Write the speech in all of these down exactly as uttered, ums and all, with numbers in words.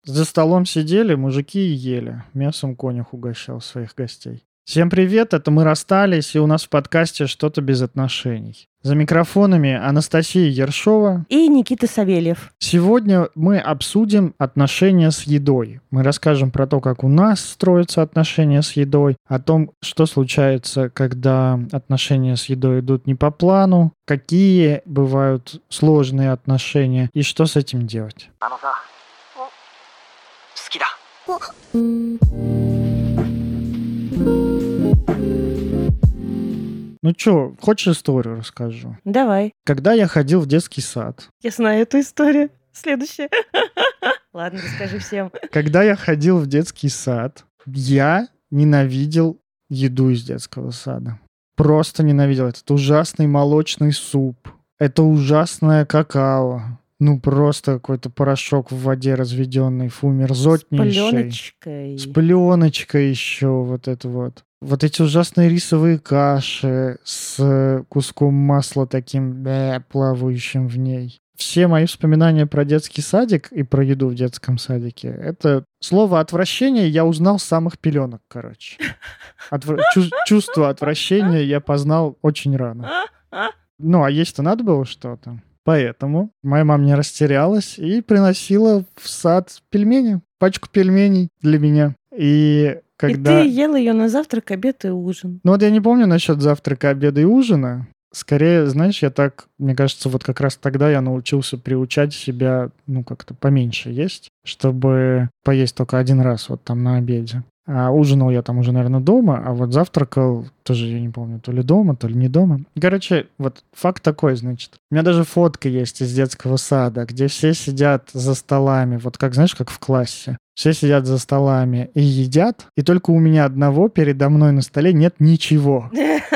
За столом сидели, мужики и ели. Мясом конюх угощал своих гостей. Всем привет, это мы расстались, и у нас в подкасте «Что-то без отношений». За микрофонами Анастасия Ершова и Никита Савельев. Сегодня мы обсудим отношения с едой. Мы расскажем про то, как у нас строятся отношения с едой, о том, что случается, когда отношения с едой идут не по плану, какие бывают сложные отношения и что с этим делать. Ну чё, хочешь историю расскажу? Давай. Когда я ходил в детский сад. Я знаю эту историю. Следующая. Ладно, расскажи всем. Когда я ходил в детский сад, я ненавидел еду из детского сада. Просто ненавидел. Это ужасный молочный суп. Это ужасное какао. Ну, просто какой-то порошок в воде разведенный. Фу, мерзотнейший. С пленочкой. С пленочкой еще вот это вот. Вот эти ужасные рисовые каши с куском масла таким бе, плавающим в ней. Все мои воспоминания про детский садик и про еду в детском садике — это слово «отвращение» я узнал с самых пеленок, короче. Отвр... Чу- чувство отвращения я познал очень рано. Ну, а есть-то надо было что-то. Поэтому моя мама не растерялась и приносила в сад пельмени, пачку пельменей для меня. И когда... И ты ел ее на завтрак, обед и ужин. Ну вот я не помню насчет завтрака, обеда и ужина. Скорее, знаешь, я так, мне кажется, вот как раз тогда я научился приучать себя, ну, как-то поменьше есть, чтобы поесть только один раз вот там на обеде. А ужинал я там уже, наверное, дома, а вот завтракал тоже, я не помню, то ли дома, то ли не дома. Короче, вот факт такой, значит. У меня даже фотка есть из детского сада, где все сидят за столами, вот как, знаешь, как в классе. Все сидят за столами и едят, и только у меня одного передо мной на столе нет ничего.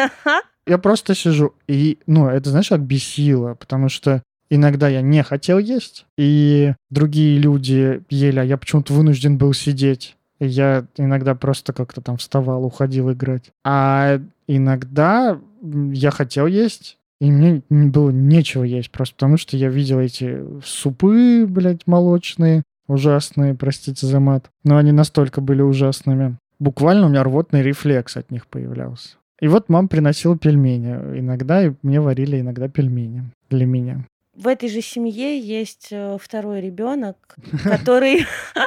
Я просто сижу, и, ну, это, знаешь, как бесило, потому что иногда я не хотел есть, и другие люди ели, а я почему-то вынужден был сидеть. И я иногда просто как-то там вставал, уходил играть. А иногда я хотел есть, и мне было нечего есть, просто потому что я видел эти супы, блядь, молочные, ужасные, простите за мат. Но они настолько были ужасными. Буквально у меня рвотный рефлекс от них появлялся. И вот мама приносила пельмени. Иногда и мне варили иногда пельмени для меня. В этой же семье есть второй ребенок, который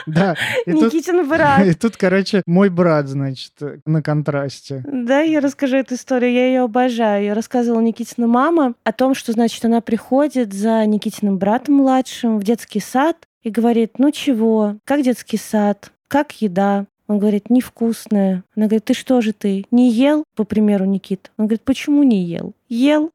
Никитин брат. И тут, короче, мой брат, значит, на контрасте. Да, я расскажу эту историю, я ее обожаю. Я рассказывала Никитина мама о том, что, значит, она приходит за Никитиным братом младшим в детский сад и говорит: ну чего, как детский сад, как еда? Он говорит: невкусная. Она говорит: ты что же ты, не ел, по примеру Никиты? Он говорит: почему не ел? Ел.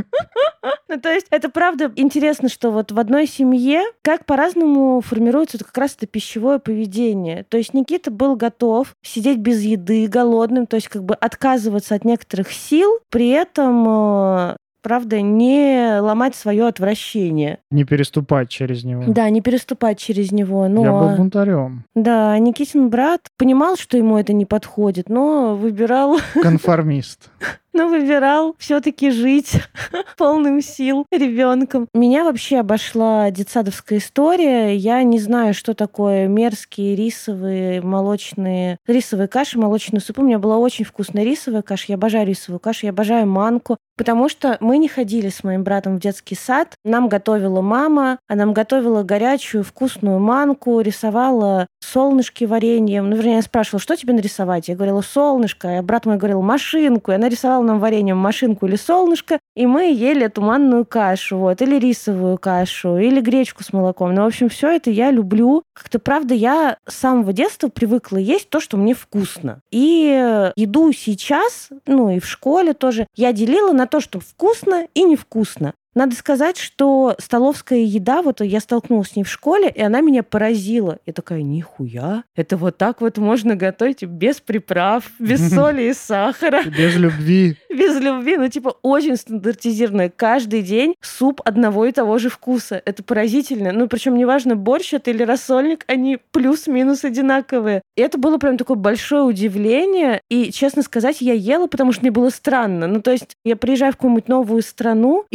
Ну, то есть это правда интересно, что вот в одной семье как по-разному формируется как раз это пищевое поведение. То есть Никита был готов сидеть без еды, голодным, то есть как бы отказываться от некоторых сил, при этом... Правда, не ломать свое отвращение. Не переступать через него. Да, не переступать через него. Но... Я был бунтарем. Да, Никитин брат понимал, что ему это не подходит, но выбирал... Конформист. Но выбирал все-таки жить полным сил ребенком. Меня вообще обошла детсадовская история. Я не знаю, что такое мерзкие рисовые молочные... Рисовые каши, молочный суп. У меня была очень вкусная рисовая каша. Я обожаю рисовую кашу, я обожаю манку. Потому что мы не ходили с моим братом в детский сад. Нам готовила мама, а нам готовила горячую вкусную манку, рисовала солнышки вареньем. Ну, вернее, я спрашивала: что тебе нарисовать? Я говорила: солнышко. А брат мой говорил: машинку. И она рисовала нам вареньем машинку или солнышко, и мы ели эту манную кашу, вот, или рисовую кашу, или гречку с молоком. Ну, в общем, все это я люблю. Как-то, правда, я с самого детства привыкла есть то, что мне вкусно. И еду сейчас, ну, и в школе тоже, я делила на то, что вкусно и невкусно. Надо сказать, что столовская еда, вот я столкнулась с ней в школе, и она меня поразила. Я такая: нихуя, это вот так вот можно готовить без приправ, без соли и сахара. Без любви. Без любви, ну типа очень стандартизированно. Каждый день суп одного и того же вкуса. Это поразительно. Ну причем неважно, борщ это или рассольник, они плюс-минус одинаковые. И это было прям такое большое удивление. И, честно сказать, я ела, потому что мне было странно. Ну то есть я приезжаю в какую-нибудь новую страну и покупаю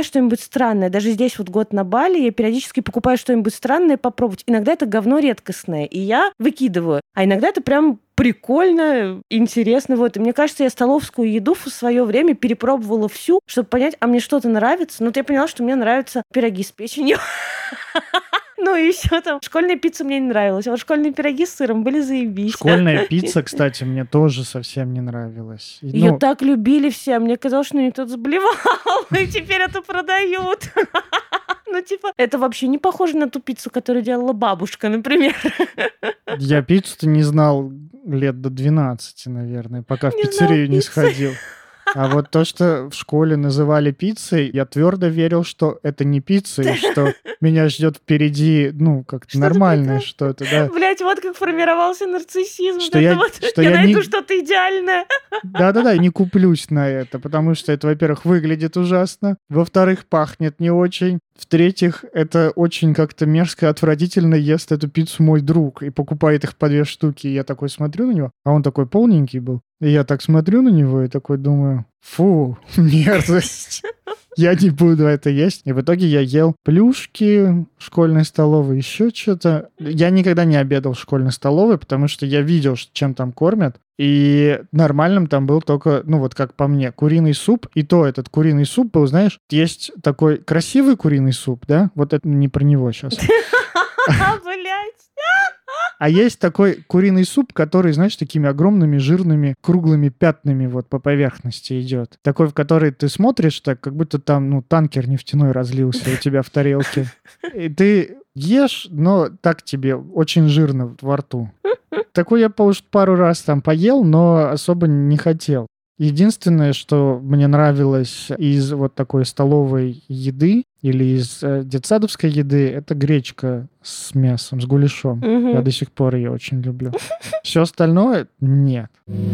покупаю что-нибудь странное. Даже здесь вот год на Бали я периодически покупаю что-нибудь странное попробовать. Иногда это говно редкостное, и я выкидываю. А иногда это прям прикольно, интересно. Вот. И мне кажется, я столовскую еду в свое время перепробовала всю, чтобы понять, а мне что-то нравится. Ну, вот я поняла, что мне нравятся пироги с печенью. Ну и еще там школьная пицца мне не нравилась, а вот школьные пироги с сыром были заебись. Школьная пицца, кстати, мне тоже совсем не нравилась. Ее Ну, так любили все, мне казалось, что никто заболевал, и теперь это продают. Ну, типа, это вообще не похоже на ту пиццу, которую делала бабушка, например. я пиццу-то не знал лет до двенадцати, наверное, пока в Не знал пиццерию не пиццы. сходил. А вот то, что в школе называли пиццей, я твердо верил, что это не пицца, и что меня ждет впереди, ну, как-то Что-то нормальное прекрасное. что-то, да. Блять, вот как формировался нарциссизм. Что Это я- вот, что я я найду не- что-то идеальное. Да-да-да, и не куплюсь на это, потому что это, во-первых, выглядит ужасно, во-вторых, пахнет не очень, в-третьих, это очень как-то мерзко, отвратительно ест эту пиццу мой друг и покупает их по две штуки. И я такой смотрю на него, а он такой полненький был. И я так смотрю на него и такой думаю, фу, мерзость. Я не буду это есть. И в итоге я ел плюшки в школьной столовой, еще что-то. Я никогда не обедал в школьной столовой, потому что я видел, ш- чем там кормят. И нормальным там был только, ну вот как по мне, куриный суп. И то этот куриный суп был, знаешь, есть такой красивый куриный суп, да? Вот это не про него сейчас. Блять. А есть такой куриный суп, который, знаешь, такими огромными жирными круглыми пятнами вот по поверхности идет. Такой, в который ты смотришь, так как будто там, ну, танкер нефтяной разлился у тебя в тарелке. И ты ешь, но так тебе очень жирно во рту. Такой я, может, пару раз там поел, но особо не хотел. Единственное, что мне нравилось из вот такой столовой еды или из э, детсадовской еды, это гречка с мясом, с гуляшом. Я Мгм. до сих пор ее очень люблю. Все остальное нет.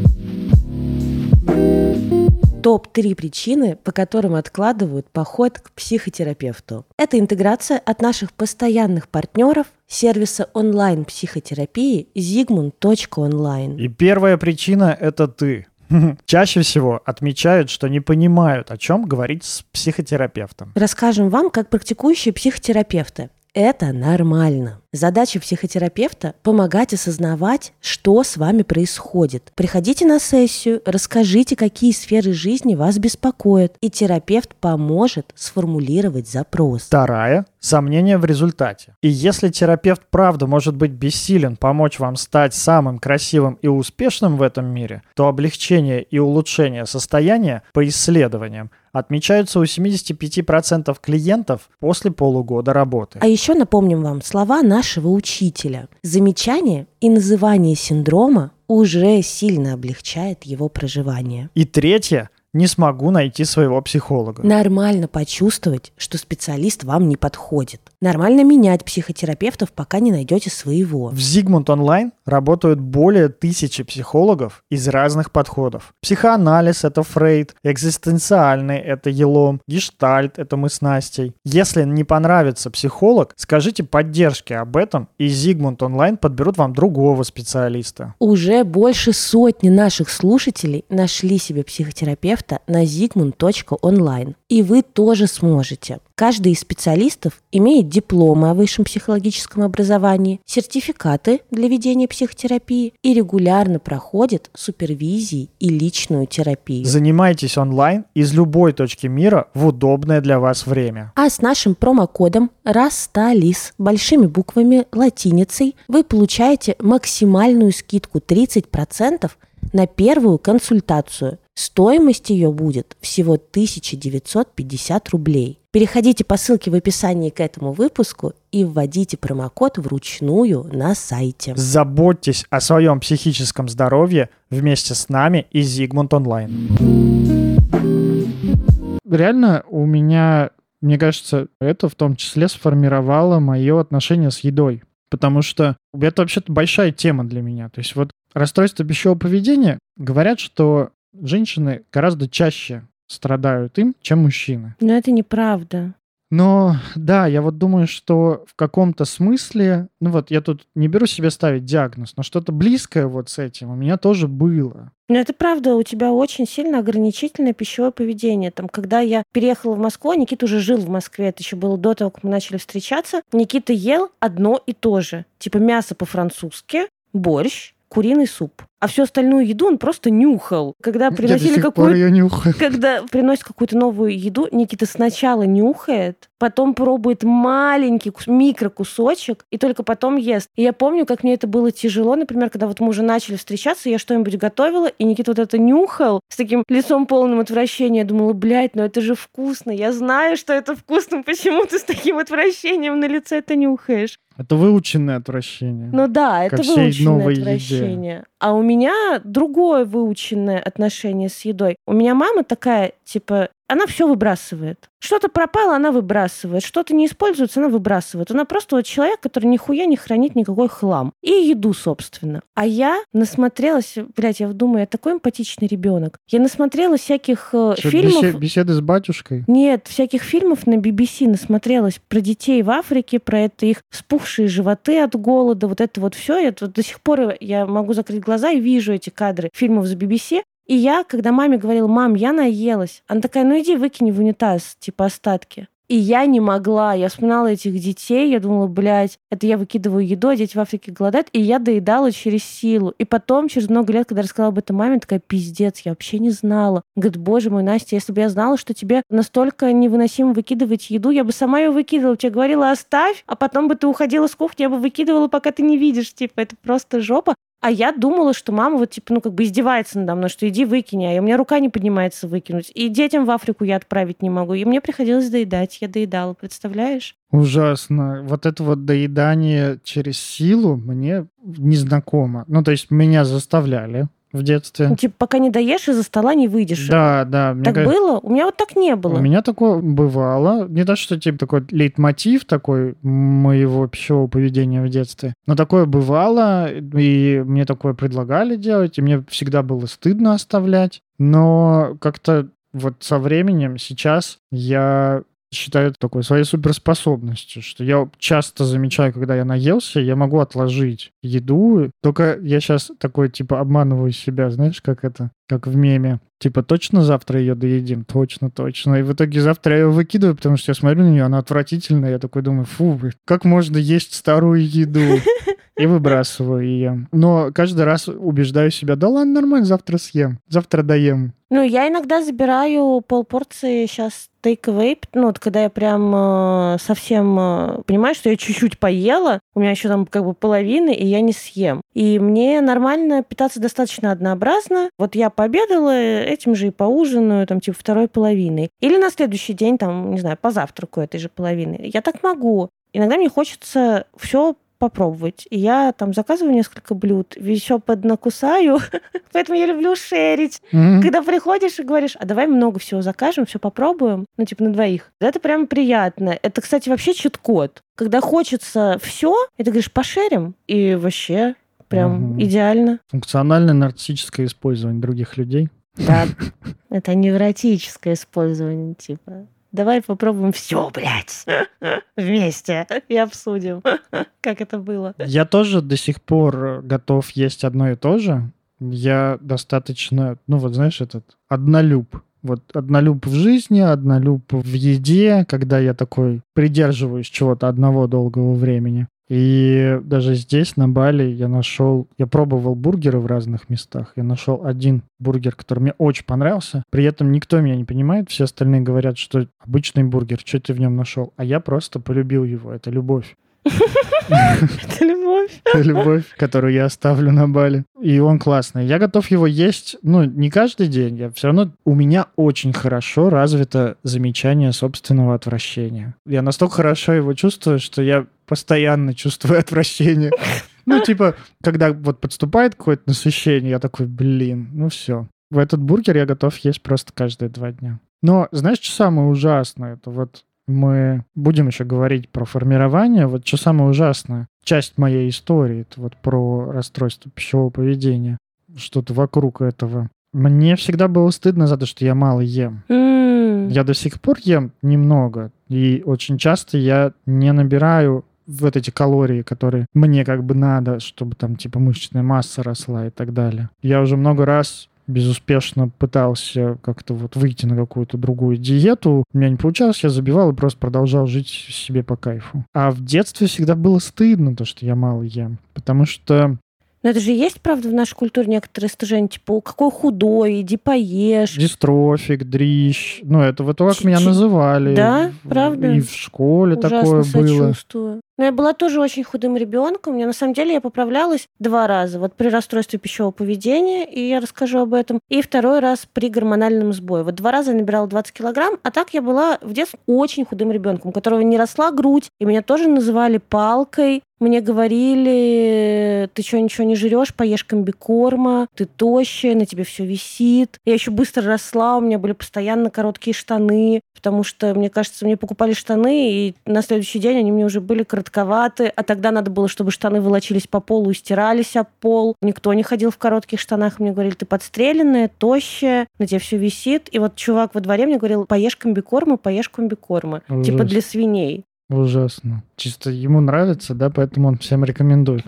Топ три причины, по которым откладывают поход к психотерапевту. Это интеграция от наших постоянных партнеров сервиса онлайн-психотерапии зигмунд точка онлайн. И первая причина — это ты. Чаще всего отмечают, что не понимают, о чем говорить с психотерапевтом. Расскажем вам, как практикующие психотерапевты. Это нормально. Задача психотерапевта – помогать осознавать, что с вами происходит. Приходите на сессию, расскажите, какие сферы жизни вас беспокоят, и терапевт поможет сформулировать запрос. Вторая — сомнение в результате. И если терапевт правда может быть бессилен помочь вам стать самым красивым и успешным в этом мире, то облегчение и улучшение состояния по исследованиям отмечаются у семьдесят пять процентов клиентов после полугода работы. А еще напомним вам слова нашего учителя. Замечание и называние синдрома уже сильно облегчает его проживание. И третье — не смогу найти своего психолога. Нормально почувствовать, что специалист вам не подходит. Нормально менять психотерапевтов, пока не найдете своего. В Зигмунд онлайн работают более тысячи психологов из разных подходов. Психоанализ — это Фрейд, экзистенциальный — это Елом, гештальт — это мы с Настей. Если не понравится психолог, скажите поддержки об этом, и Зигмунд онлайн подберут вам другого специалиста. Уже больше сотни наших слушателей нашли себе психотерапевта на зигмунд точка онлайн. И вы тоже сможете. Каждый из специалистов имеет дипломы о высшем психологическом образовании, сертификаты для ведения психотерапии и регулярно проходит супервизии и личную терапию. Занимайтесь онлайн из любой точки мира в удобное для вас время. А с нашим промокодом РАСТАЛИС большими буквами латиницей вы получаете максимальную скидку тридцать процентов на первую консультацию. Стоимость ее будет всего тысяча девятьсот пятьдесят рублей. Переходите по ссылке в описании к этому выпуску и вводите промокод вручную на сайте. Заботьтесь о своем психическом здоровье вместе с нами и Зигмунд онлайн. Реально у меня, мне кажется, это в том числе сформировало мое отношение с едой. Потому что это вообще-то большая тема для меня. То есть вот расстройство пищевого поведения, говорят, что женщины гораздо чаще страдают им, чем мужчины. Но это неправда. Но да, я вот думаю, что в каком-то смысле, ну вот я тут не беру себе ставить диагноз, но что-то близкое вот с этим у меня тоже было. Ну, это правда, у тебя очень сильно ограничительное пищевое поведение. Там, когда я переехала в Москву, а Никита уже жил в Москве, это еще было до того, как мы начали встречаться, Никита ел одно и то же. Типа мясо по-французски, борщ, куриный суп. А всю остальную еду он просто нюхал. Когда приносили Я до сих какую-то... пор ее нюхаю. Когда приносят какую-то новую еду, Никита сначала нюхает, потом пробует маленький кус- микрокусочек, и только потом ест. И я помню, как мне это было тяжело, например, когда вот мы уже начали встречаться, я что-нибудь готовила, и Никита вот это нюхал с таким лицом полным отвращения. Я думала, блядь, ну это же вкусно. Я знаю, что это вкусно. Почему ты с таким отвращением на лице это нюхаешь? Это выученное отвращение. Ну да, это ко всей выученное новой еде. отвращение. А у меня другое выученное отношение с едой. У меня мама такая, типа, она все выбрасывает. Что-то пропало, она выбрасывает. Что-то не используется, она выбрасывает. Она просто вот человек, который нихуя не хранит никакой хлам. И еду, собственно. А я насмотрелась, блядь, я думаю, я такой эмпатичный ребенок. Я насмотрелась всяких э, Что, фильмов... бесе- беседы с батюшкой? Нет, всяких фильмов на би би си насмотрелась про детей в Африке, про это их вспухшие животы от голода, вот это вот все. Я вот до сих пор я могу закрыть глаза и вижу эти кадры фильмов с би би си. И я, когда маме говорила, мам, я наелась, она такая, ну иди выкини в унитаз, типа остатки. И я не могла. Я вспоминала этих детей, я думала, блядь, это я выкидываю еду, а дети в Африке голодают, и я доедала через силу. И потом, через много лет, когда рассказала об этом маме, такая, пиздец, я вообще не знала. Говорит, боже мой, Настя, если бы я знала, что тебе настолько невыносимо выкидывать еду, я бы сама ее выкидывала. Тебе говорила, оставь, а потом бы ты уходила с кухни, я бы выкидывала, пока ты не видишь. Типа, это просто жопа. А я думала, что мама вот, типа, ну, как бы издевается надо мной, что иди выкини, а у меня рука не поднимается выкинуть. И детям в Африку я отправить не могу. И мне приходилось доедать. Я доедала, представляешь? Ужасно. Вот это вот доедание через силу мне незнакомо. Ну, то есть меня заставляли в детстве. Ну, типа, пока не доешь, из-за стола не выйдешь. Да, да. Мне Так кажется, было? У меня вот так не было. у меня такое бывало. Не то, что типа такой лейтмотив такой моего пищевого поведения в детстве, но такое бывало, и мне такое предлагали делать, и мне всегда было стыдно оставлять. Но как-то вот со временем сейчас я считаю это такой своей суперспособностью, что я часто замечаю, когда я наелся, я могу отложить еду. Только я сейчас такой, типа, обманываю себя, знаешь, как это, как в меме. Типа, точно завтра ее доедим? Точно, точно. И в итоге завтра я ее выкидываю, потому что я смотрю на нее, она отвратительная. Я такой думаю, фу, как можно есть старую еду? И выбрасываю ее. Но каждый раз убеждаю себя, да ладно, нормально, завтра съем, завтра доем. Ну, я иногда забираю полпорции сейчас take-away, ну, вот когда я прям э, совсем э, понимаю, что я чуть-чуть поела, у меня еще там как бы половины, и я не съем. И мне нормально питаться достаточно однообразно. Вот я пообедала, этим же и поужинаю, там, типа, второй половиной. Или на следующий день, там, не знаю, позавтракаю этой же половиной. Я так могу. Иногда мне хочется все попробовать. И я там заказываю несколько блюд, все поднакусаю, поэтому я люблю шерить. Mm-hmm. Когда приходишь и говоришь, а давай много всего закажем, все попробуем, ну, типа, на двоих. Это прям приятно. Это, кстати, вообще чит-код. Когда хочется все, и ты говоришь, пошерим, и вообще прям mm-hmm. идеально. Функциональное нарциссическое использование других людей. Да, это невротическое использование, типа... Давай попробуем все, блядь, вместе и обсудим, как это было. Я тоже до сих пор готов есть одно и то же. Я достаточно, ну вот знаешь, этот однолюб. Вот однолюб в жизни, однолюб в еде, когда я такой придерживаюсь чего-то одного долгого времени. И даже здесь, на Бали, я нашел... Я пробовал бургеры в разных местах. Я нашел один бургер, который мне очень понравился. При этом никто меня не понимает. Все остальные говорят, что обычный бургер, что ты в нем нашел? А я просто полюбил его. Это любовь. Это любовь. Это любовь, которую я оставлю на Бали. И он классный. Я готов его есть, ну, не каждый день. Я все равно... У меня очень хорошо развито замечание собственного отвращения. Я настолько хорошо его чувствую, что я постоянно чувствую отвращение. Ну, типа, когда вот подступает какое-то насыщение, я такой, блин, ну все. В этот бургер я готов есть просто каждые два дня. Но знаешь, что самое ужасное? Это вот мы будем еще говорить про формирование. Вот что самое ужасное? Часть моей истории, это вот про расстройство пищевого поведения. Что-то вокруг этого. Мне всегда было стыдно за то, что я мало ем. Mm. Мгм. Я до сих пор ем немного, и очень часто я не набираю вот эти калории, которые мне как бы надо, чтобы там типа мышечная масса росла и так далее. Я уже много раз безуспешно пытался как-то вот выйти на какую-то другую диету. У меня не получалось, я забивал и просто продолжал жить себе по кайфу. А в детстве всегда было стыдно, то, что я мало ем. Потому что Но это же есть, правда, в нашей культуре некоторые стыжения, типа, какой худой, иди поешь. дистрофик, дрищ. Ну, это вот то, как Ч- меня ч- называли. Да, В- правда? И в школе Ужасно такое было. сочувствую. Но я была тоже очень худым ребенком. У меня на самом деле я поправлялась два раза. Вот при расстройстве пищевого поведения, и я расскажу об этом. И второй раз при гормональном сбое. Вот два раза я набирала двадцать килограмм, а так я была в детстве очень худым ребенком, у которого не росла грудь, и меня тоже называли палкой. Мне говорили, ты что, ничего не жрешь, поешь комбикорма, ты тощая, на тебе все висит. Я еще быстро росла, у меня были постоянно короткие штаны, потому что, мне кажется, мне покупали штаны, и на следующий день они мне уже были коротковаты, а тогда надо было, чтобы штаны волочились по полу и стирались об пол. Никто не ходил в коротких штанах, мне говорили, ты подстреленная, тощая, на тебе все висит. И вот чувак во дворе мне говорил, поешь комбикорма, поешь комбикорма, Ужас. типа для свиней. Ужасно. Чисто ему нравится, да, поэтому он всем рекомендует.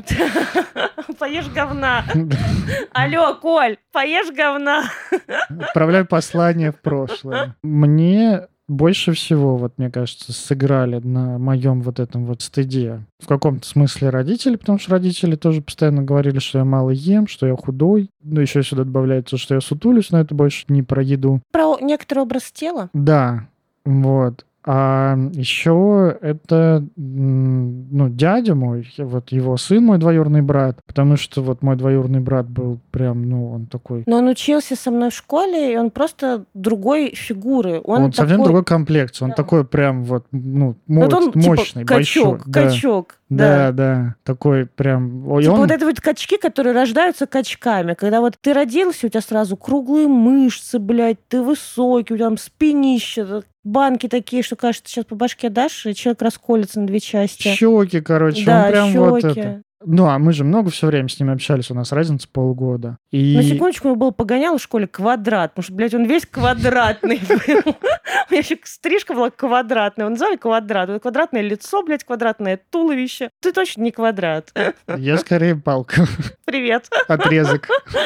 Поешь говна. Алло, Коль, поешь говна. Отправляю послание в прошлое. Мне больше всего, вот мне кажется, сыграли на моем вот этом вот стыде. В каком-то смысле родители, потому что родители тоже постоянно говорили, что я мало ем, что я худой. Ну, еще сюда добавляется, что я сутулюсь, но это больше не про еду. Про некоторый образ тела? Да, вот. А еще это, м, ну, дядя мой, вот его сын, мой двоюродный брат, потому что вот мой двоюродный брат был прям, ну, он такой... Но он учился со мной в школе, и он просто другой фигуры. Он, Он, совсем такой... другой комплекции, он Да. такой прям вот, ну, Вот он, мощный, типа, большой. качок, Да. качок. Да, Да. да, такой прям... И Типа он- вот это вот качки, которые рождаются качками. Когда вот ты родился, у тебя сразу круглые мышцы, блядь, ты высокий, у тебя там спинище, банки такие, что, кажется, сейчас по башке дашь, и человек расколется на две части. Щеки, короче, Да, он прям вот щеки. это... Ну, а мы же много все время с ним общались, у нас разница полгода. И... На секундочку, ему был погонял в школе квадрат, потому что, блядь, он весь квадратный был. У меня еще стрижка была квадратная. Он называли квадрат. Вот квадратное лицо, блядь, квадратное туловище. Ты точно не квадрат. Я скорее палка, Привет. отрезок.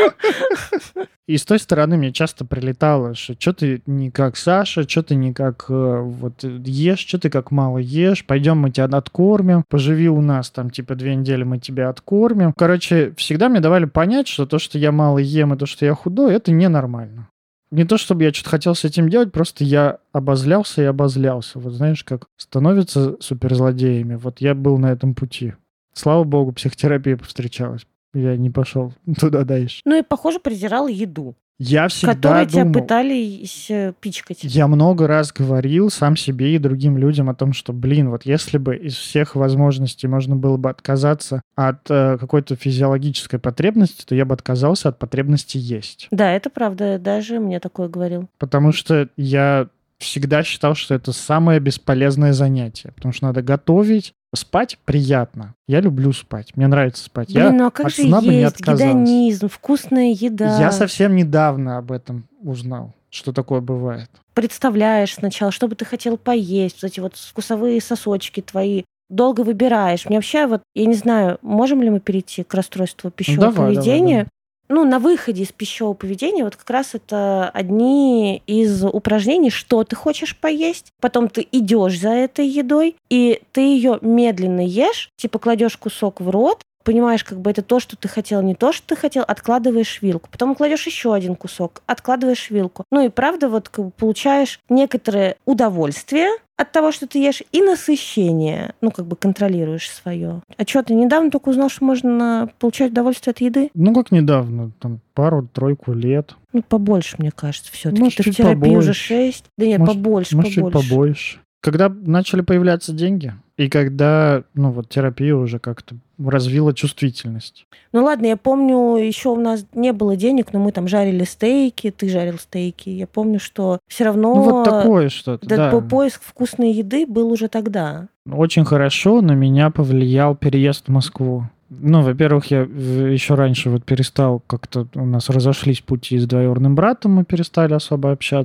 И с той стороны мне часто прилетало, что что ты не как Саша, что ты не как э, вот ешь, что ты как мало ешь, пойдем мы тебя откормим, поживи у нас там типа две недели, мы тебя откормим. Короче, всегда мне давали понять, что то, что я мало ем, и то, что я худой, это ненормально. Не то, чтобы я что-то хотел с этим делать, просто я обозлялся и обозлялся. Вот знаешь, как становятся суперзлодеями. Вот я был на этом пути. Слава богу, психотерапия повстречалась. Я не пошел туда дальше. Ну и, похоже, презирал еду, Я всегда которой тебя думал, пытались э, пичкать. я много раз говорил сам себе и другим людям о том, что, блин, вот если бы из всех возможностей можно было бы отказаться от э, какой-то физиологической потребности, то я бы отказался от потребности есть. Да, это правда. Даже мне такое говорил. Потому что я всегда считал, что это самое бесполезное занятие. Потому что надо готовить. Спать приятно. Я люблю спать. Мне нравится спать. Блин, я ну а как от же сна бы не есть отказался. гедонизм, вкусная еда. Я совсем недавно об этом узнал, что такое бывает. Представляешь сначала, что бы ты хотел поесть, вот эти вот вкусовые сосочки твои. Долго выбираешь. Мне вообще вот, я не знаю, можем ли мы перейти к расстройству пищевого давай, поведения? давай, Ну, на выходе из пищевого поведения вот как раз это одни из упражнений, что ты хочешь поесть, потом ты идешь за этой едой, и ты ее медленно ешь, типа кладешь кусок в рот, понимаешь, как бы это то, что ты хотел, не то, что ты хотел, откладываешь вилку. Потом кладешь еще один кусок, откладываешь вилку. Ну и правда, вот как бы получаешь некоторое удовольствие от того, что ты ешь, и насыщение. Ну, как бы контролируешь свое. А что, ты недавно только узнал, что можно получать удовольствие от еды? Ну, как недавно, там, пару-тройку лет. Ну, побольше, мне кажется, все-таки. Может, Ты в чуть терапии побольше. уже шесть. Да нет, Может, побольше, Может, чуть побольше. побольше. Когда начали появляться деньги, и когда, ну, вот терапия уже как-то развила чувствительность. Ну ладно, я помню, еще у нас не было денег, но мы там жарили стейки, ты жарил стейки. Я помню, что все равно Ну, вот такое что-то, да, да. по- поиск вкусной еды был уже тогда. Очень хорошо на меня повлиял переезд в Москву. Ну, во-первых, я в- еще раньше вот перестал как-то... У нас разошлись пути с двоюродным братом, мы перестали особо общаться.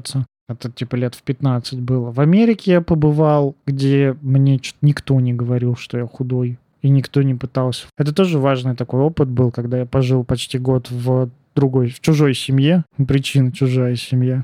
Это типа лет в пятнадцать было. В Америке я побывал, где мне чё-то никто не говорил, что я худой. И никто не пытался. Это тоже важный такой опыт был, когда я пожил почти год в другой, в чужой семье. Причина — чужая семья.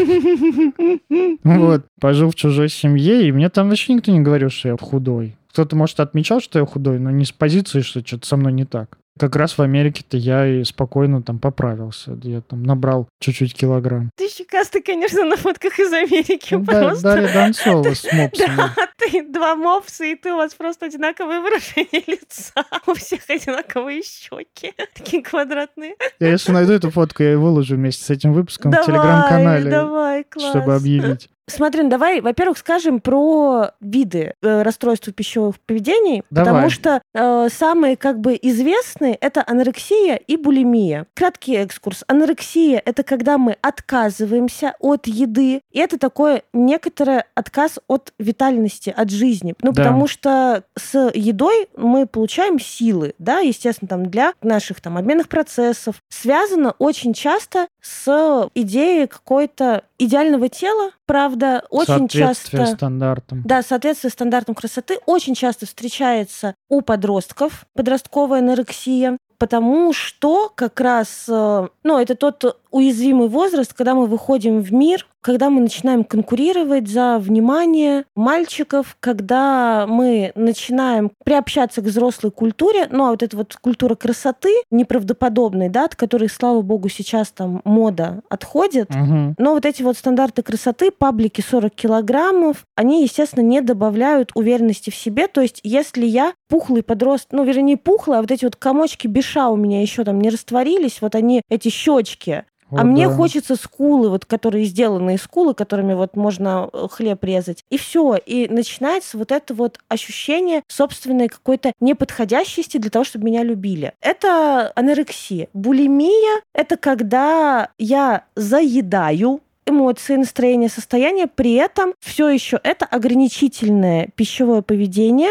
Вот. Пожил в чужой семье, и мне там вообще никто не говорил, что я худой. Кто-то, может, отмечал, что я худой, но не с позиции, что что-то со мной не так. Как раз в Америке-то я и спокойно там поправился. Я там набрал чуть-чуть килограмм. Ты щекастый, конечно, на фотках из Америки. Да, просто. Дарья Донцова с мопсами. Да, ты два мопса, и ты у вас просто одинаковые выражения лица. У всех одинаковые щеки. Такие квадратные. Я если найду эту фотку, я ее выложу вместе с этим выпуском Давай, в Телеграм-канале, давай, класс. чтобы объявить. Смотри, ну давай, во-первых, скажем про виды э, расстройств пищевых поведений, Давай. потому что э, самые как бы известные — это анорексия и булимия. Краткий экскурс. Анорексия — это когда мы отказываемся от еды, и это такой некоторый отказ от витальности, от жизни. Ну, Да. потому что с едой мы получаем силы, да, естественно, там для наших там обменных процессов. Связано очень часто с идеей какой-то идеального тела, правда, очень Соответствие часто... стандартам. Да, соответствие стандартам красоты очень часто встречается у подростков, подростковая анорексия, потому что как раз, э, ну, это тот уязвимый возраст, когда мы выходим в мир, когда мы начинаем конкурировать за внимание мальчиков, когда мы начинаем приобщаться к взрослой культуре, ну, а вот эта вот культура красоты неправдоподобной, да, от которой, слава богу, сейчас там мода отходит, Угу. но вот эти вот стандарты красоты, паблики сорок килограммов, они, естественно, не добавляют уверенности в себе. То есть, если я пухлый подросток, ну, вернее, не пухлый, а вот эти вот комочки беша у меня еще там не растворились, вот они, эти щечки. Вот А мне да. хочется скулы, вот, которые сделаны из скулы, которыми вот можно хлеб резать. И все. И начинается вот это вот ощущение собственной какой-то неподходящести для того, чтобы меня любили. Это анорексия. Булимия — это когда я заедаю эмоции, настроение, состояние, при этом все еще это ограничительное пищевое поведение,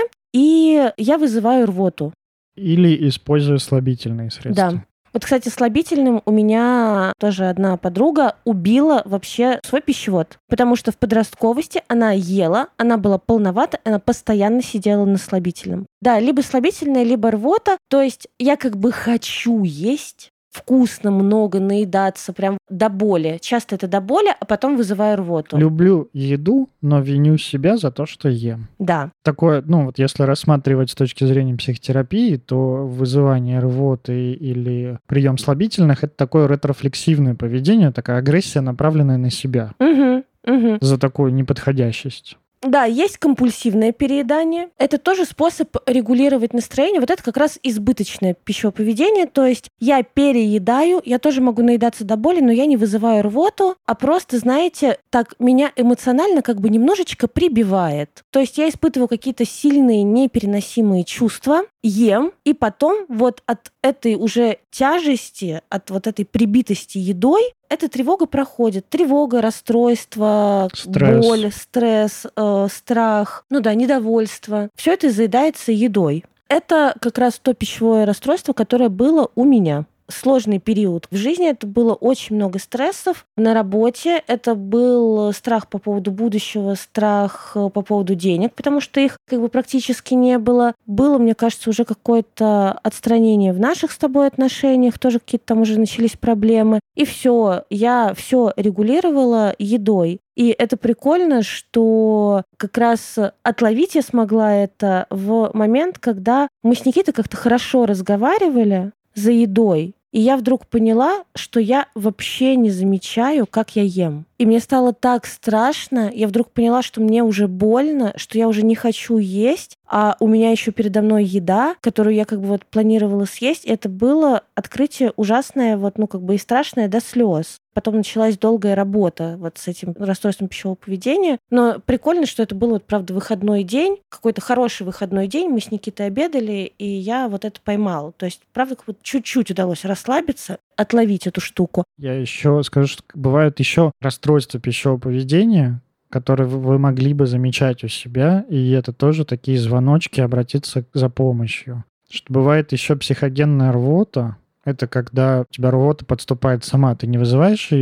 и я вызываю рвоту. Или используя слабительные средства. Да. Вот, кстати, слабительным у меня тоже одна подруга убила вообще свой пищевод, потому что в подростковости она ела, она была полновата, она постоянно сидела на слабительном. Да, либо слабительное, либо рвота, то есть я как бы хочу есть, вкусно, много наедаться, прям до боли. Часто это до боли, а потом вызываю рвоту. Люблю еду, но виню себя за то, что ем. Да. Такое, ну вот если рассматривать с точки зрения психотерапии, то вызывание рвоты или прием слабительных — это такое ретрофлексивное поведение, такая агрессия, направленная на себя Угу, угу. за такую неподходящесть. Да, есть компульсивное переедание. Это тоже способ регулировать настроение. Вот это как раз избыточное пищевое поведение. То есть я переедаю, я тоже могу наедаться до боли, но я не вызываю рвоту, а просто, знаете, так меня эмоционально как бы немножечко прибивает. То есть я испытываю какие-то сильные непереносимые чувства, ем, и потом вот от этой уже тяжести, от вот этой прибитости едой, эта тревога проходит. Тревога, расстройство, Стресс. боль, стресс, э, страх, ну да, недовольство. Все это заедается едой. Это как раз то пищевое расстройство, которое было у меня. Сложный период в жизни, это было очень много стрессов на работе, это был страх по поводу будущего, страх по поводу денег, потому что их как бы практически не было. Было, мне кажется, уже какое-то отстранение в наших с тобой отношениях, тоже какие-то там уже начались проблемы. И все, я все регулировала едой. И это прикольно, что как раз отловить я смогла это в момент, когда мы с Никитой как-то хорошо разговаривали за едой. И я вдруг поняла, что я вообще не замечаю, как я ем. И мне стало так страшно. Я вдруг поняла, что мне уже больно, что я уже не хочу есть, а у меня еще передо мной еда, которую я как бы вот планировала съесть. И это было открытие ужасное, вот, ну, как бы и страшное до слез. Потом началась долгая работа вот с этим расстройством пищевого поведения. Но прикольно, что это был, вот, правда, выходной день, какой-то хороший выходной день. Мы с Никитой обедали, и я вот это поймала. То есть, правда, как бы чуть-чуть удалось расслабиться, отловить эту штуку. Я еще скажу, что бывают еще расстройства пищевого поведения, которые вы могли бы замечать у себя, и это тоже такие звоночки обратиться за помощью. Что бывает еще психогенная рвота. Это когда у тебя рвота подступает сама, ты не вызываешь ее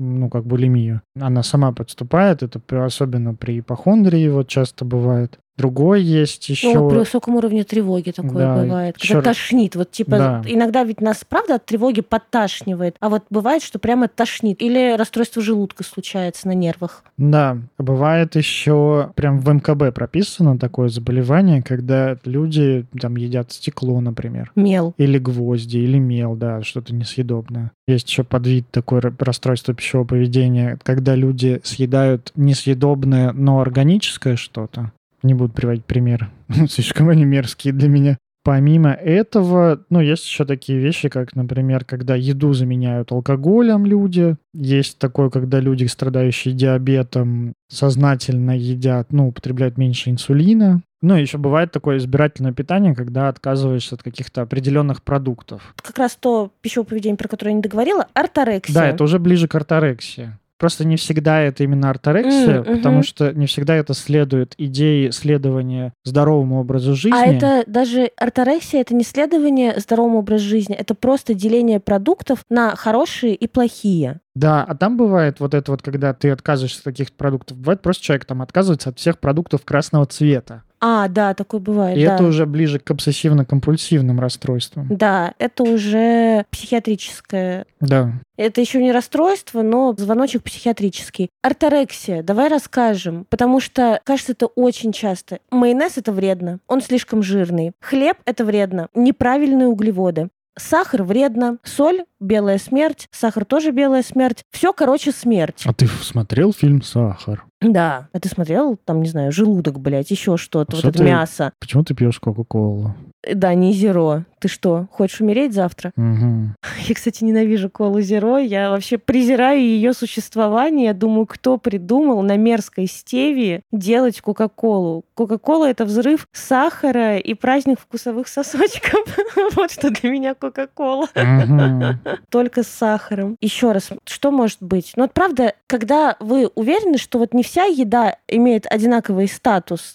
ну, как булимию. Она сама подступает, это особенно при ипохондрии вот часто бывает. Другой есть еще... Ну, при высоком уровне тревоги такое да, бывает. Когда еще... тошнит. Вот типа да. иногда ведь нас, правда, от тревоги подташнивает. А вот бывает, что прямо тошнит. Или расстройство желудка случается на нервах. Да. Бывает еще прям в эм ка бэ прописано такое заболевание, когда люди там едят стекло, например. Мел. Или гвозди, или мел, да, что-то несъедобное. Есть еще подвид такой расстройства пищевого поведения, когда люди съедают несъедобное, но органическое что-то. Не буду приводить примеры, слишком они мерзкие для меня. Помимо этого, ну, есть еще такие вещи, как, например, когда еду заменяют алкоголем люди. Есть такое, когда люди, страдающие диабетом, сознательно едят, ну, употребляют меньше инсулина. Ну, еще бывает такое избирательное питание, когда отказываешься от каких-то определенных продуктов. Как раз то пищевое поведение, про которое я не договорила, орторексия. Да, это уже ближе к орторексии. Просто не всегда это именно орторексия, mm, потому uh-huh. что не всегда это следует идее следования здоровому образу жизни. А это даже орторексия, это не следование здоровому образу жизни, это просто деление продуктов на хорошие и плохие. Да, а там бывает вот это вот, когда ты отказываешься от каких-то продуктов, бывает просто человек там отказывается от всех продуктов красного цвета. А, да, такое бывает, И да. это уже ближе к обсессивно-компульсивным расстройствам. Да, это уже психиатрическое. Да. Это еще не расстройство, но звоночек психиатрический. Орторексия, давай расскажем, потому что, кажется, это очень часто. Майонез — это вредно, он слишком жирный. Хлеб — это вредно, неправильные углеводы. Сахар вредно, соль — белая смерть, сахар тоже белая смерть. Все, короче, смерть. А ты смотрел фильм «Сахар»? Да. А ты смотрел, там, не знаю, желудок, блядь, еще что-то, Что вот ты... это мясо. Почему ты пьешь Кока-Колу? Да, не зеро. Ты что, хочешь умереть завтра? Угу. Я, кстати, ненавижу колу зеро. Я вообще презираю ее существование. Я думаю, кто придумал на мерзкой стевии делать Кока-Колу. Кока-Кола — это взрыв сахара и праздник вкусовых сосочков. Вот что для меня Кока-Кола. Только с сахаром. Еще раз, что может быть? Ну вот правда, когда вы уверены, что вот не вся еда имеет одинаковый статус,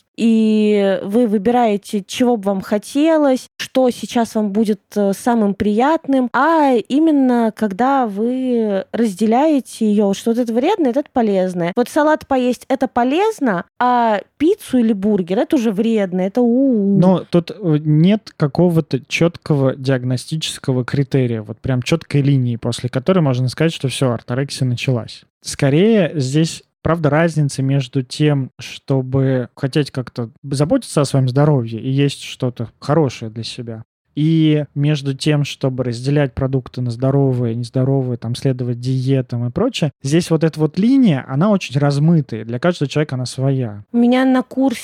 и вы выбираете, чего бы вам хотелось, что сейчас вам будет самым приятным, а именно когда вы разделяете ее, что вот это вредно, это полезное. Вот салат поесть — это полезно, а пиццу или бургер — это уже вредно, это у-у-у. Но тут нет какого-то четкого диагностического критерия, вот прям четкой линии, после которой можно сказать, что все, орторексия началась. Скорее здесь... Правда, разница между тем, чтобы хотеть как-то заботиться о своем здоровье и есть что-то хорошее для себя, и между тем, чтобы разделять продукты на здоровые, нездоровые, там, следовать диетам и прочее, здесь вот эта вот линия, она очень размытая. Для каждого человека она своя. У меня на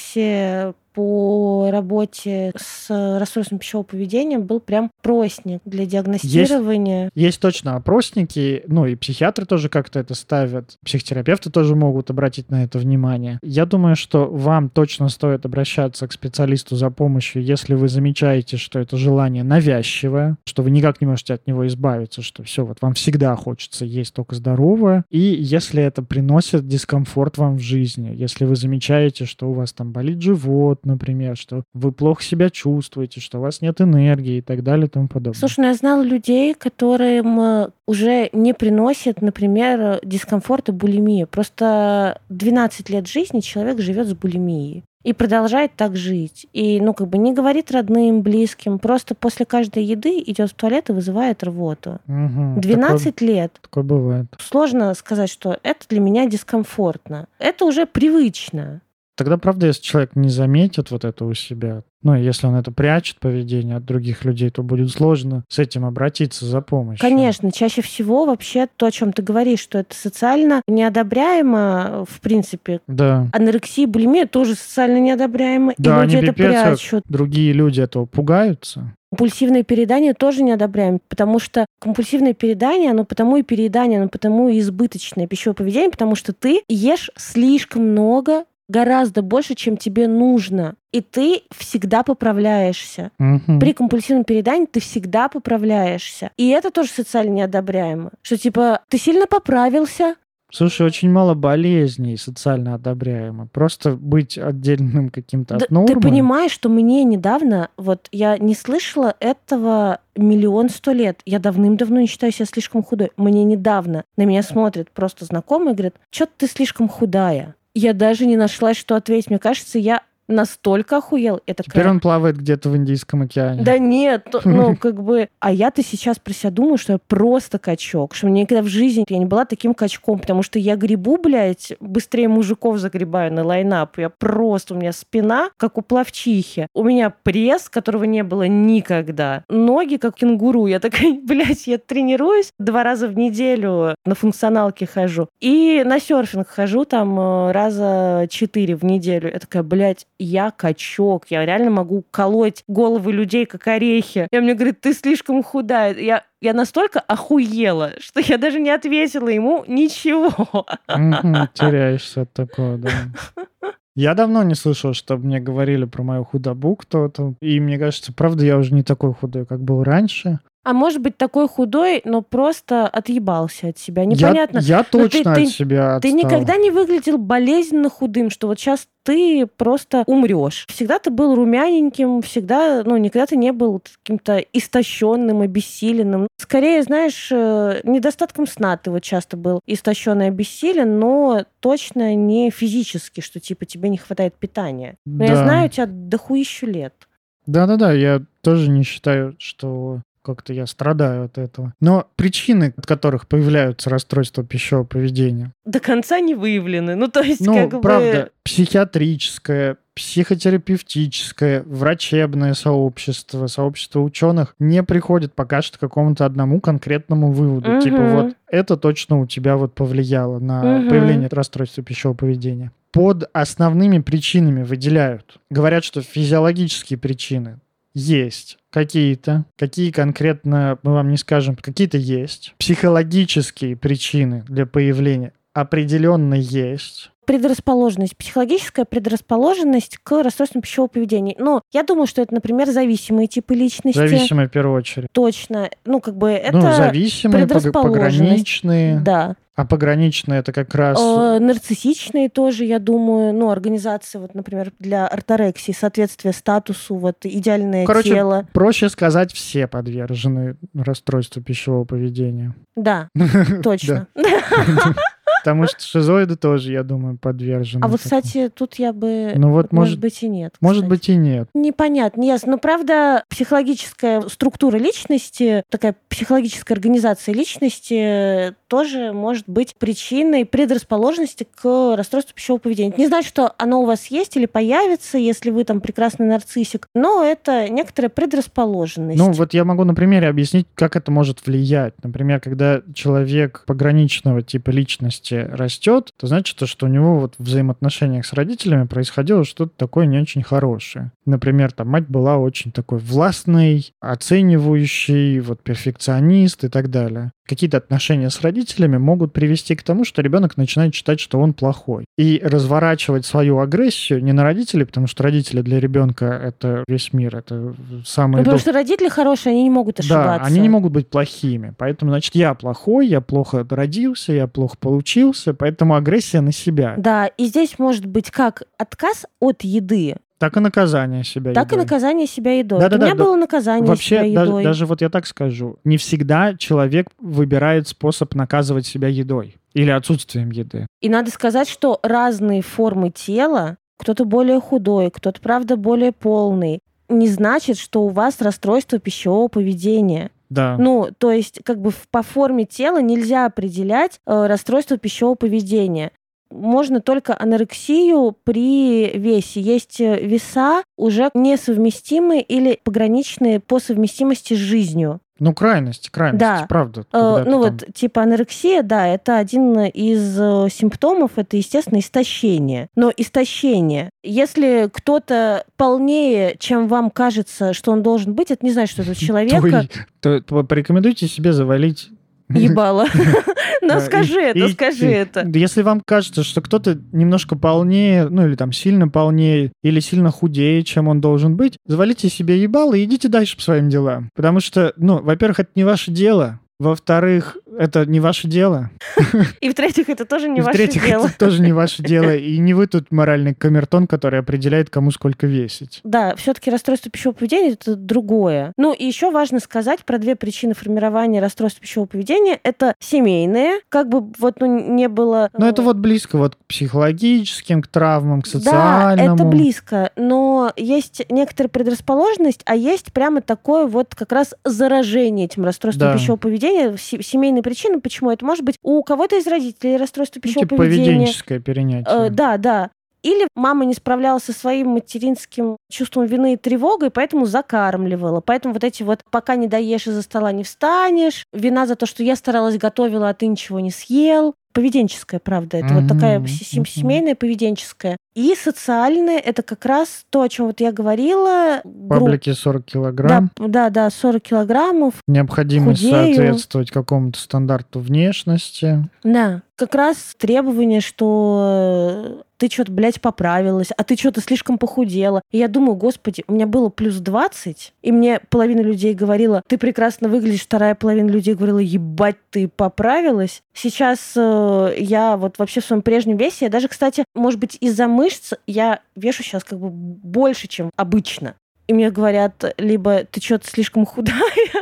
курсе по работе с расстройством пищевого поведения был прям опросник для диагностирования. Есть, есть точно опросники, ну и психиатры тоже как-то это ставят, психотерапевты тоже могут обратить на это внимание. Я думаю, что вам точно стоит обращаться к специалисту за помощью, если вы замечаете, что это желание навязчивое, что вы никак не можете от него избавиться, что все, вот вам всегда хочется есть только здоровое, и если это приносит дискомфорт вам в жизни, если вы замечаете, что у вас там болит живот, например, что вы плохо себя чувствуете, что у вас нет энергии и так далее и тому подобное. Слушай, ну я знала людей, которым уже не приносит, например, дискомфорта булимия. Просто двенадцать лет жизни человек живет с булимией и продолжает так жить. И, ну, как бы не говорит родным, близким, просто после каждой еды идет в туалет и вызывает рвоту. Угу, двенадцать такое, лет. Такое бывает. Сложно сказать, что это для меня дискомфортно. Это уже привычно. Тогда, правда, если человек не заметит вот это у себя, ну, если он это прячет, поведение от других людей, то будет сложно с этим обратиться за помощью. Конечно, чаще всего вообще то, о чем ты говоришь, что это социально неодобряемо, в принципе. Да. Анорексия, булимия тоже социально неодобряемо, да, и люди это пипец, прячут. Другие люди этого пугаются. Компульсивное переедание тоже не одобряем, потому что компульсивное переедание, оно потому и переедание, оно потому и избыточное пищевое поведение, потому что ты ешь слишком много, гораздо больше, чем тебе нужно. И ты всегда поправляешься. Угу. При компульсивном переедании ты всегда поправляешься. И это тоже социально неодобряемо. Что типа, ты сильно поправился, Слушай, очень мало болезней социально одобряемо. Просто быть отдельным каким-то Да, от нормы. ты понимаешь, что мне недавно, вот я не слышала этого миллион сто лет. Я давным-давно не считаю себя слишком худой. Мне недавно на меня смотрят просто знакомые и говорят, что-то ты слишком худая. Я даже не нашла, что ответить. Мне кажется, я настолько охуел. Я такая, Теперь он плавает где-то в Индийском океане. да нет, то- ну, как бы... А я-то сейчас про себя думаю, что я просто качок, что мне никогда в жизни я не была таким качком, потому что я грибу, блядь, быстрее мужиков загребаю на лайнап. Я просто... У меня спина, как у пловчихи. У меня пресс, которого не было никогда. Ноги, как кенгуру. Я такая, блядь, я тренируюсь два раза в неделю, на функционалке хожу. И на серфинг хожу там э, раза четыре в неделю. Я такая, блядь, я качок, я реально могу колоть головы людей, как орехи. И он мне говорит, ты слишком худая. Я, я настолько охуела, что я даже не ответила ему ничего. Мгм, теряешься от такого, да. Я давно не слышал, чтобы мне говорили про мою худобу кто-то. И мне кажется, правда, я уже не такой худой, как был раньше. А может быть, такой худой, но просто отъебался от себя. Я, Непонятно. я Но ты- точно ты- от себя Ты отстал. никогда не выглядел болезненно худым, что вот сейчас ты просто умрешь. Всегда ты был румяненьким, всегда, ну, никогда ты не был каким-то истощенным, обессиленным. Скорее, знаешь, э, недостатком сна ты вот часто был истощен и обессилен, но точно не физически, что типа тебе не хватает питания. Но я Да. знаю тебя дохуищу лет. Да-да-да, я тоже не считаю, что как-то я страдаю от этого. Но причины, от которых появляются расстройства пищевого поведения, До конца не выявлены. Ну, то есть, ну, как бы... правда, психиатрическое, психотерапевтическое, врачебное сообщество, сообщество ученых не приходит пока что к какому-то одному конкретному выводу. Мгм. Типа вот это точно у тебя вот повлияло на Мгм. появление расстройства пищевого поведения. Под основными причинами выделяют. Говорят, что физиологические причины есть какие-то. Какие конкретно мы вам не скажем. Какие-то есть. Психологические причины для появления определенно есть. Предрасположенность, психологическая предрасположенность к расстройствам пищевого поведения. Но я думаю, что это, например, зависимые типы личности. Зависимые в первую очередь. Точно. Ну, как бы это... ну, зависимые, пог- предрасположенность. пограничные. Да. А пограничные это как раз... Э, нарциссичные тоже, я думаю. Ну, организация, вот, например, для орторексии, соответствие статусу, вот, идеальное Короче, тело. проще сказать, все подвержены расстройству пищевого поведения. Да, точно. Потому что шизоиды тоже, я думаю, подвержены. А вот, такому. кстати, тут я бы... Ну вот, может может- быть, и нет. Может кстати. быть и нет. Непонятно, не ясно. Но, правда, психологическая структура личности, такая психологическая организация личности тоже может быть причиной предрасположенности к расстройству пищевого поведения. Это не значит, что оно у вас есть или появится, если вы там прекрасный нарциссик, но это некоторая предрасположенность. Ну, вот я могу на примере объяснить, как это может влиять. Например, когда человек пограничного типа личности растет, то значит, то, что у него вот в взаимоотношениях с родителями происходило что-то такое не очень хорошее. Например, там мать была очень такой властной, оценивающей, вот перфекционист и так далее. Какие-то отношения с родителями могут привести к тому, что ребенок начинает считать, что он плохой. И разворачивать свою агрессию не на родителей, потому что родители для ребенка — это весь мир, это самые... Ну, потому доб- что родители хорошие, они не могут ошибаться. Да, они не могут быть плохими. Поэтому, значит, я плохой, я плохо родился, я плохо получился, поэтому агрессия на себя. Да, и здесь может быть как отказ от еды, Так и наказание себя так и едой. наказание себя едой. Да-да-да, У меня да. было наказание Вообще, себя даже, едой. даже вот я так скажу, не всегда человек выбирает способ наказывать себя едой или отсутствием еды. И надо сказать, что разные формы тела, кто-то более худой, кто-то, правда, более полный, не значит, что у вас расстройство пищевого поведения. Да. Ну, то есть, как бы в- по форме тела нельзя определять э, расстройство пищевого поведения. Можно только анорексию при весе. Есть э, веса уже несовместимые или пограничные по совместимости с жизнью. Ну, крайность, крайность, Да. правда. Э, когда ты ну там- вот, типа анорексия, да, это один из э, симптомов, это, естественно, истощение. Но истощение, если кто-то полнее, чем вам кажется, что он должен быть, это не значит, что это человека то, то порекомендуйте себе завалить... ебало. Ну Да, скажи и- это, и скажи идти. это. Если вам кажется, что кто-то немножко полнее, ну или там сильно полнее, или сильно худее, чем он должен быть, завалите себе ебало и идите дальше по своим делам. Потому что, ну, во-первых, это не ваше дело. Во-вторых, это не ваше дело. И в-третьих, это тоже не И ваше в-третьих, дело. это тоже не ваше дело. И не вы тут моральный камертон, который определяет, кому сколько весить. Да, все-таки расстройство пищевого поведения — это другое. Ну, и еще важно сказать про две причины формирования расстройства пищевого поведения. Это семейные, как бы вот ну, не было... Но это вот близко вот к психологическим, к травмам, к социальному. Да, это близко, но есть некоторая предрасположенность, а есть прямо такое вот как раз заражение этим расстройством Да. пищевого поведения. Семейные причины, почему это может быть у кого-то из родителей расстройство Ну, пищевого типа поведения. поведенческое перенятие. Э, да, да. Или мама не справлялась со своим материнским чувством вины и тревогой, поэтому закармливала. Поэтому вот эти вот «пока не доешь, из-за стола не встанешь», вина за то, что я старалась, готовила, а ты ничего не съел. Поведенческая, правда. Это mm-hmm. вот такая mm-hmm. семейная поведенческая. И социальная — это как раз то, о чем вот я говорила. Паблики сорок килограмм. Да, да, да, сорок килограммов. Необходимость худею. соответствовать какому-то стандарту внешности. Да, как раз требование, что ты что-то, блядь, поправилась, а ты что-то слишком похудела. И я думаю, господи, у меня было плюс двадцать, и мне половина людей говорила, ты прекрасно выглядишь, вторая половина людей говорила, ебать, ты поправилась. Сейчас э, я вот вообще в своем прежнем весе, я даже, кстати, может быть, из-за мышц я вешу сейчас как бы больше, чем обычно. И мне говорят, либо ты что-то слишком худая,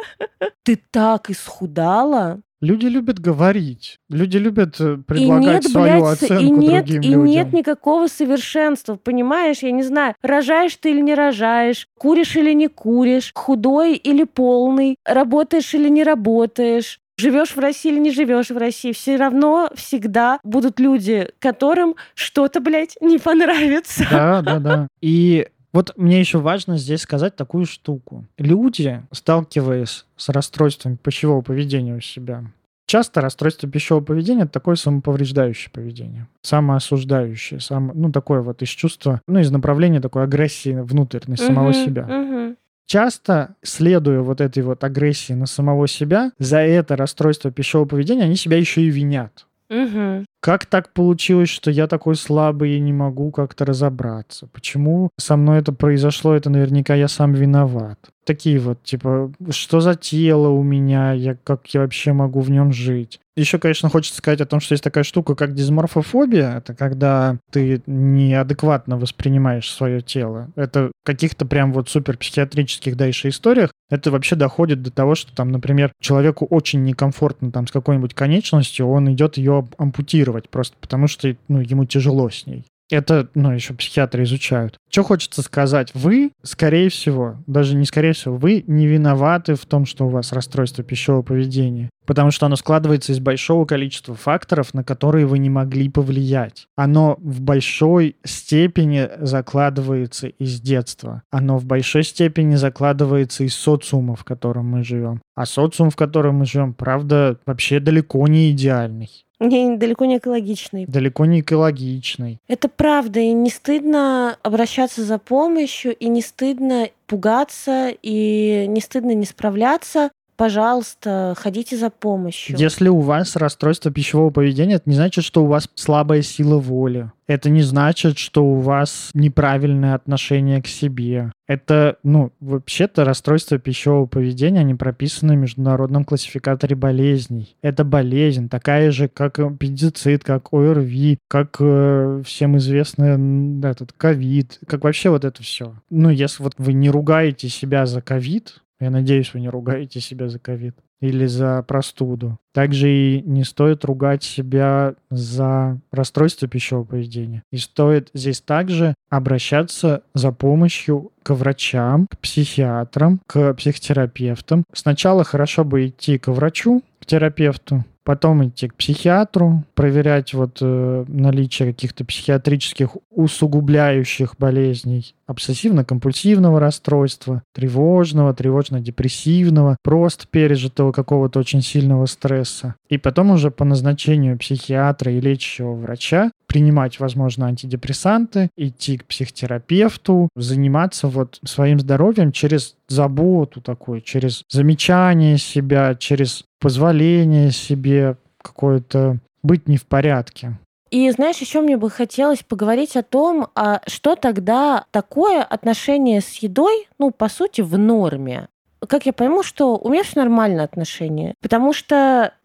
ты так исхудала. Люди любят говорить, люди любят предлагать и нет, свою блядь, оценку и нет, другим и людям. И нет никакого совершенства, понимаешь? Я не знаю, рожаешь ты или не рожаешь, куришь или не куришь, худой или полный, работаешь или не работаешь. Живешь в России или не живешь в России, все равно всегда будут люди, которым что-то, блядь, не понравится. Да, да, да. И вот мне еще важно здесь сказать такую штуку. Люди, сталкиваясь с расстройством пищевого поведения у себя, часто расстройство пищевого поведения — это такое самоповреждающее поведение, самоосуждающее, само, ну, такое вот из чувства, ну, из направления такой агрессии внутрь на самого uh-huh, себя. Uh-huh. Часто, следуя вот этой вот агрессии на самого себя, за это расстройство пищевого поведения они себя еще и винят. Угу. Как так получилось, что я такой слабый и не могу как-то разобраться? Почему со мной это произошло? Это наверняка я сам виноват. Такие вот, типа, что за тело у меня? Я, как я вообще могу в нем жить? Еще, конечно, хочется сказать о том, что есть такая штука, как дисморфофобия. Это когда ты неадекватно воспринимаешь свое тело. Это в каких-то прям вот супер психиатрических дальше историях. Это вообще доходит до того, что там, например, человеку очень некомфортно там с какой-нибудь конечностью, он идет ее ампутировать просто потому, что ну, ему тяжело с ней. Это, ну, еще психиатры изучают. Что хочется сказать? Вы, скорее всего, даже не скорее всего, вы не виноваты в том, что у вас расстройство пищевого поведения, потому что оно складывается из большого количества факторов, на которые вы не могли повлиять. Оно в большой степени закладывается из детства. Оно в большой степени закладывается из социума, в котором мы живем. А социум, в котором мы живем, правда, вообще далеко не идеальный. Не, далеко не экологичный. Далеко не экологичный. Это правда, и не стыдно обращаться за помощью, и не стыдно пугаться, и не стыдно не справляться. Пожалуйста, ходите за помощью. Если у вас расстройство пищевого поведения, это не значит, что у вас слабая сила воли. Это не значит, что у вас неправильное отношение к себе. Это, ну, вообще-то расстройство пищевого поведения, они прописаны в международном классификаторе болезней. Это болезнь, такая же, как аппендицит, как ОРВИ, как э, всем известный этот ковид, как вообще вот это все. Ну, если вот вы не ругаете себя за ковид, я надеюсь, вы не ругаете себя за ковид или за простуду. Также и не стоит ругать себя за расстройство пищевого поведения. И стоит здесь также обращаться за помощью к врачам, к психиатрам, к психотерапевтам. Сначала хорошо бы идти к врачу, к терапевту, потом идти к психиатру, проверять вот э, наличие каких-то психиатрических усугубляющих болезней, обсессивно-компульсивного расстройства, тревожного, тревожно-депрессивного, просто пережитого какого-то очень сильного стресса. И потом уже по назначению психиатра и лечащего врача принимать, возможно, антидепрессанты, идти к психотерапевту, заниматься вот своим здоровьем через заботу такую, через замечание себя, через позволение себе какое-то быть не в порядке. И знаешь, еще мне бы хотелось поговорить о том, а что тогда такое отношение с едой, ну, по сути, в норме. Как я пойму, что у меня все нормально отношения? Потому что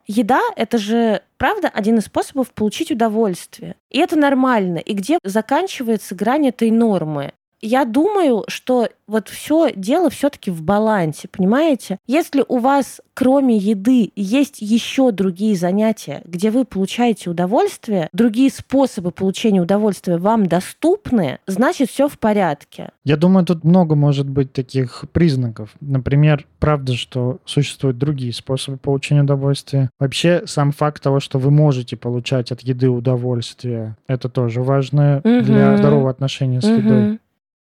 Еда — это же, правда, один из способов получить удовольствие. И это нормально. И где заканчивается грань этой нормы? Я думаю, что вот все дело все-таки в балансе, понимаете? Если у вас кроме еды есть еще другие занятия, где вы получаете удовольствие, другие способы получения удовольствия вам доступны, значит, все в порядке. Я думаю, тут много может быть таких признаков. Например, правда, что существуют другие способы получения удовольствия. Вообще, сам факт того, что вы можете получать от еды удовольствие, это тоже важно угу. для здорового отношения с угу. едой.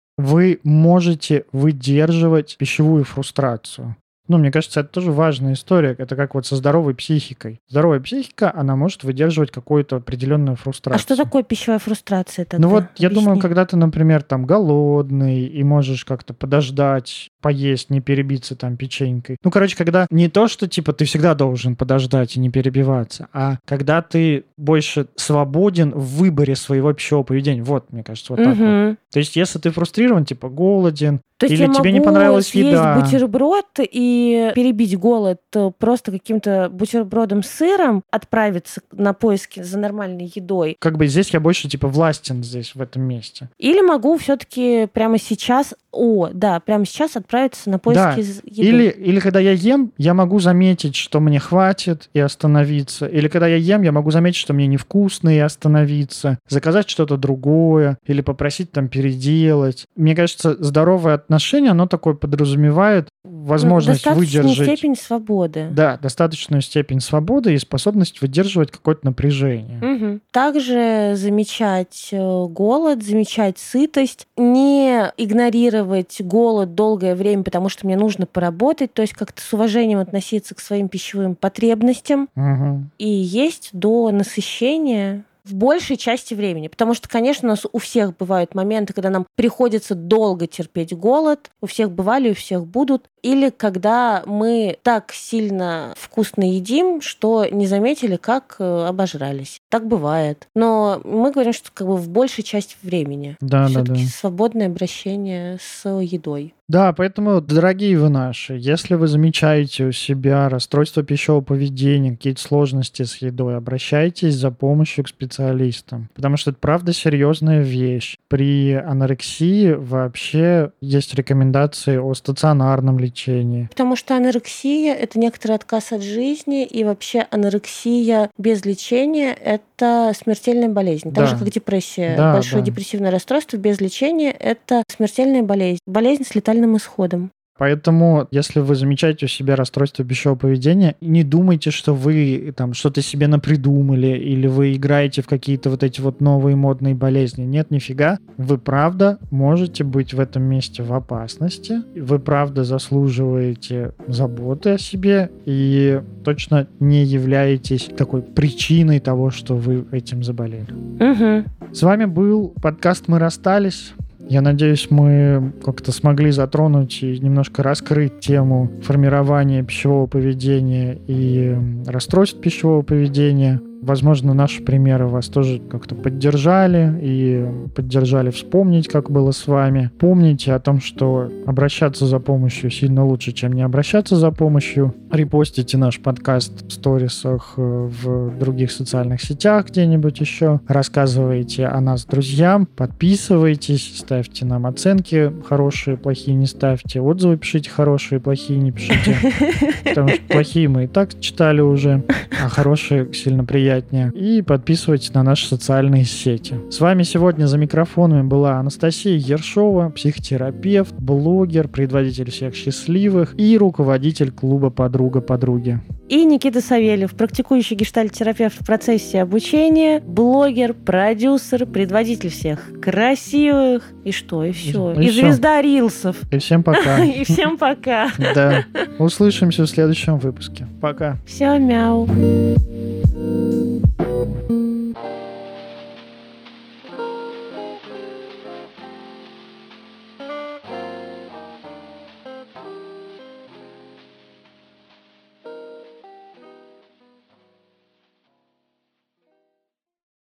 Вы можете выдерживать пищевую фрустрацию. Ну, мне кажется, это тоже важная история. Это как вот со здоровой психикой. Здоровая психика, она может выдерживать какую-то определенную фрустрацию. А что такое пищевая фрустрация тогда? Ну вот, я Объясни. думаю, когда ты, например, там голодный и можешь как-то подождать, поесть, не перебиться там печенькой. Ну, короче, когда не то, что типа ты всегда должен подождать и не перебиваться, а когда ты больше свободен в выборе своего пищевого поведения. Вот, мне кажется, вот угу. так вот. То есть, если ты фрустрирован, типа голоден, то есть или я тебе могу не понравилась съесть еда. бутерброд и перебить голод просто каким-то бутербродом с сыром, отправиться на поиски за нормальной едой. Как бы здесь я больше типа властен здесь, в этом месте. Или могу все-таки прямо сейчас, о, да, прямо сейчас отправиться на поиски да. еды. Или, или когда я ем, я могу заметить, что мне хватит и остановиться. Или когда я ем, я могу заметить, что мне невкусно и остановиться. Заказать что-то другое. Или попросить там переделать. Мне кажется, здоровое отношение, оно такое подразумевает возможность достаточную выдержать... степень свободы. Да, достаточную степень свободы и способность выдерживать какое-то напряжение. Угу. Также замечать голод, замечать сытость, не игнорировать голод долгое время, потому что мне нужно поработать, то есть как-то с уважением относиться к своим пищевым потребностям угу. и есть до насыщения в большей части времени. Потому что, конечно, у нас у всех бывают моменты, когда нам приходится долго терпеть голод. У всех бывали, у всех будут. Или когда мы так сильно вкусно едим, что не заметили, как обожрались. Так бывает. Но мы говорим, что как бы в большей части времени. Да, Всё-таки да, да. свободное обращение с едой. Да, поэтому, дорогие вы наши, если вы замечаете у себя расстройство пищевого поведения, какие-то сложности с едой, обращайтесь за помощью к специалистам, потому что это правда серьезная вещь. При анорексии вообще есть рекомендации о стационарном лечении. Потому что анорексия – это некоторый отказ от жизни, и вообще анорексия без лечения – это смертельная болезнь. Так Да. же, как депрессия. Да, Большое да. депрессивное расстройство без лечения – это смертельная болезнь. Болезнь с летальным исходом. Поэтому, если вы замечаете у себя расстройство пищевого поведения, не думайте, что вы там что-то себе напридумали или вы играете в какие-то вот эти вот новые модные болезни. Нет, нифига. Вы правда можете быть в этом месте в опасности. Вы правда заслуживаете заботы о себе и точно не являетесь такой причиной того, что вы этим заболели. Угу. С вами был подкаст «Мы расстались». Я надеюсь, мы как-то смогли затронуть и немножко раскрыть тему формирования пищевого поведения и расстройств пищевого поведения. Возможно, наши примеры вас тоже как-то поддержали и поддержали вспомнить, как было с вами. Помните о том, что обращаться за помощью сильно лучше, чем не обращаться за помощью. Репостите наш подкаст в сторисах, в других социальных сетях где-нибудь еще. Рассказывайте о нас друзьям, подписывайтесь, ставьте нам оценки хорошие, плохие не ставьте, отзывы пишите хорошие, плохие не пишите. Потому что плохие мы и так читали уже, а хорошие сильно приятнее. И подписывайтесь на наши социальные сети. С вами сегодня за микрофонами была Анастасия Ершова, психотерапевт, блогер, предводитель всех счастливых и руководитель клуба «Подруга-подруги». И Никита Савельев, практикующий гештальт-терапевт в процессе обучения, блогер, продюсер, предводитель всех красивых. И что, и все. И, и звезда рилсов. И всем пока. И всем пока. Да. Услышимся в следующем выпуске. Пока. Все, мяу.